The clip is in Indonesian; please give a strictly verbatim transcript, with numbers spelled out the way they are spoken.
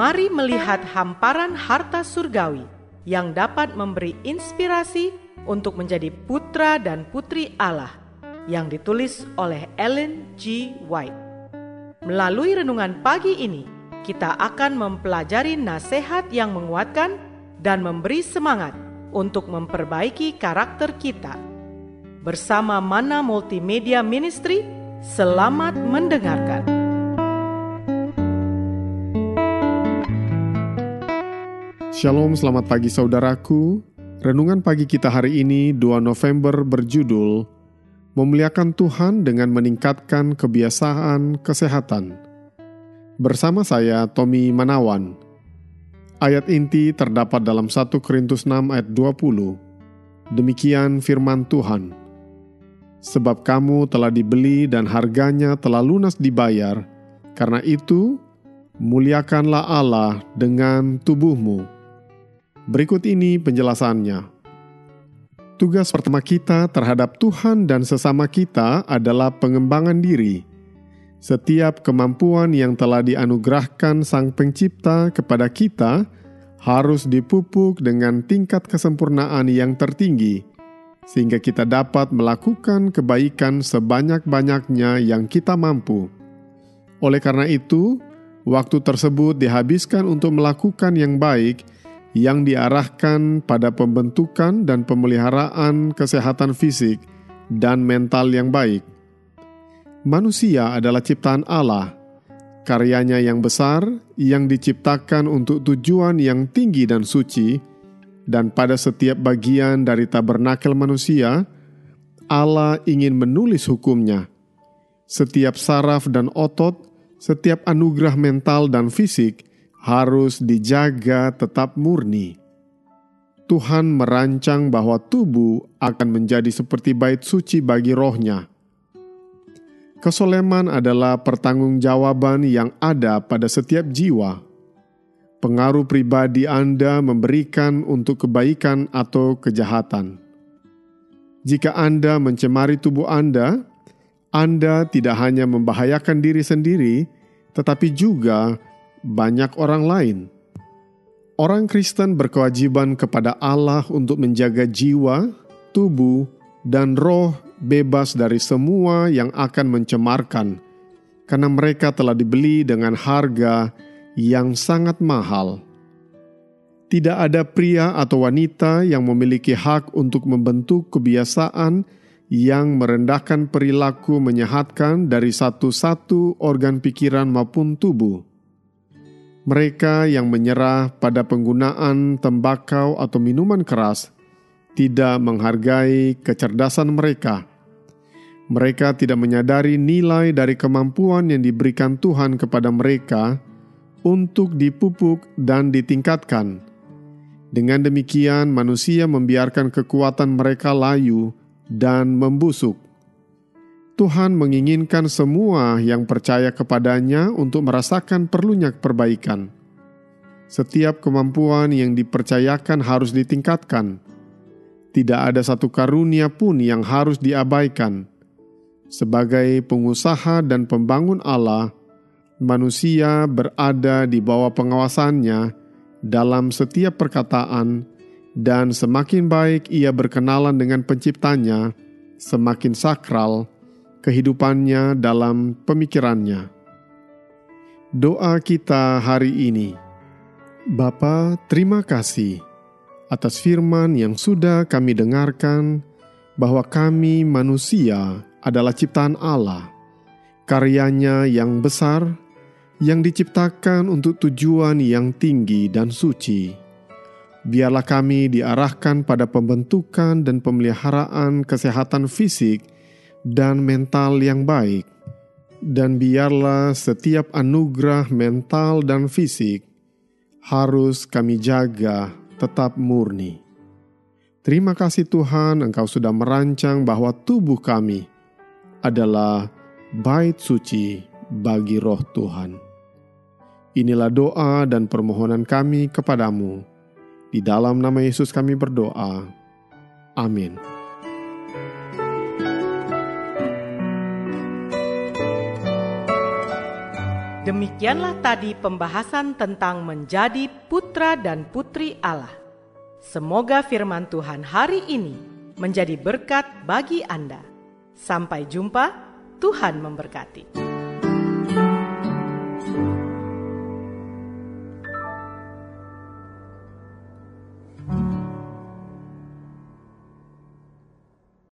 mari melihat hamparan harta surgawi yang dapat memberi inspirasi untuk menjadi putra dan putri Allah, yang ditulis oleh Ellen G. White. Melalui renungan pagi ini, kita akan mempelajari nasihat yang menguatkan dan memberi semangat untuk memperbaiki karakter kita. Bersama Mana Multimedia Ministry, selamat mendengarkan. Shalom, selamat pagi saudaraku. Renungan pagi kita hari ini dua November berjudul Memuliakan Tuhan dengan Meningkatkan Kebiasaan Kesehatan. Bersama saya Tommy Manawan. Ayat inti terdapat dalam satu Korintus enam ayat dua puluh. Demikian firman Tuhan. Sebab kamu telah dibeli dan harganya telah lunas dibayar, karena itu muliakanlah Allah dengan tubuhmu. Berikut ini penjelasannya. Tugas pertama kita terhadap Tuhan dan sesama kita adalah pengembangan diri. Setiap kemampuan yang telah dianugerahkan Sang Pencipta kepada kita harus dipupuk dengan tingkat kesempurnaan yang tertinggi, sehingga kita dapat melakukan kebaikan sebanyak-banyaknya yang kita mampu. Oleh karena itu, waktu tersebut dihabiskan untuk melakukan yang baik, yang diarahkan pada pembentukan dan pemeliharaan kesehatan fisik dan mental yang baik. Manusia adalah ciptaan Allah, karyanya yang besar yang diciptakan untuk tujuan yang tinggi dan suci, dan pada setiap bagian dari tabernakel manusia, Allah ingin menulis hukumnya. Setiap saraf dan otot, setiap anugerah mental dan fisik harus dijaga tetap murni. Tuhan merancang bahwa tubuh akan menjadi seperti bait suci bagi rohnya. Kesoleman adalah pertanggungjawaban yang ada pada setiap jiwa. Pengaruh pribadi Anda memberikan untuk kebaikan atau kejahatan. Jika Anda mencemari tubuh Anda, Anda tidak hanya membahayakan diri sendiri, tetapi juga banyak orang lain. Orang Kristen berkewajiban kepada Allah untuk menjaga jiwa, tubuh, dan roh bebas dari semua yang akan mencemarkan, karena mereka telah dibeli dengan harga yang sangat mahal. Tidak ada pria atau wanita yang memiliki hak untuk membentuk kebiasaan yang merendahkan perilaku menyehatkan dari satu-satu organ pikiran maupun tubuh. Mereka yang menyerah pada penggunaan tembakau atau minuman keras tidak menghargai kecerdasan mereka. Mereka tidak menyadari nilai dari kemampuan yang diberikan Tuhan kepada mereka untuk dipupuk dan ditingkatkan. Dengan demikian, manusia membiarkan kekuatan mereka layu dan membusuk. Tuhan menginginkan semua yang percaya kepadanya untuk merasakan perlunya perbaikan. Setiap kemampuan yang dipercayakan harus ditingkatkan. Tidak ada satu karunia pun yang harus diabaikan. Sebagai pengusaha dan pembangun Allah, manusia berada di bawah pengawasannya dalam setiap perkataan, dan semakin baik ia berkenalan dengan Penciptanya, semakin sakral kehidupannya dalam pemikirannya. Doa kita hari ini. Bapa, terima kasih atas firman yang sudah kami dengarkan, bahwa kami manusia adalah ciptaan Allah, karyanya yang besar, yang diciptakan untuk tujuan yang tinggi dan suci. Biarlah kami diarahkan pada pembentukan dan pemeliharaan kesehatan fisik dan mental yang baik, dan biarlah setiap anugerah mental dan fisik harus kami jaga tetap murni. Terima kasih Tuhan, Engkau sudah merancang bahwa tubuh kami adalah bait suci bagi roh Tuhan. Inilah doa dan permohonan kami kepadamu. Di dalam nama Yesus kami berdoa. Amin. Demikianlah tadi pembahasan tentang menjadi putra dan putri Allah. Semoga firman Tuhan hari ini menjadi berkat bagi Anda. Sampai jumpa, Tuhan memberkati.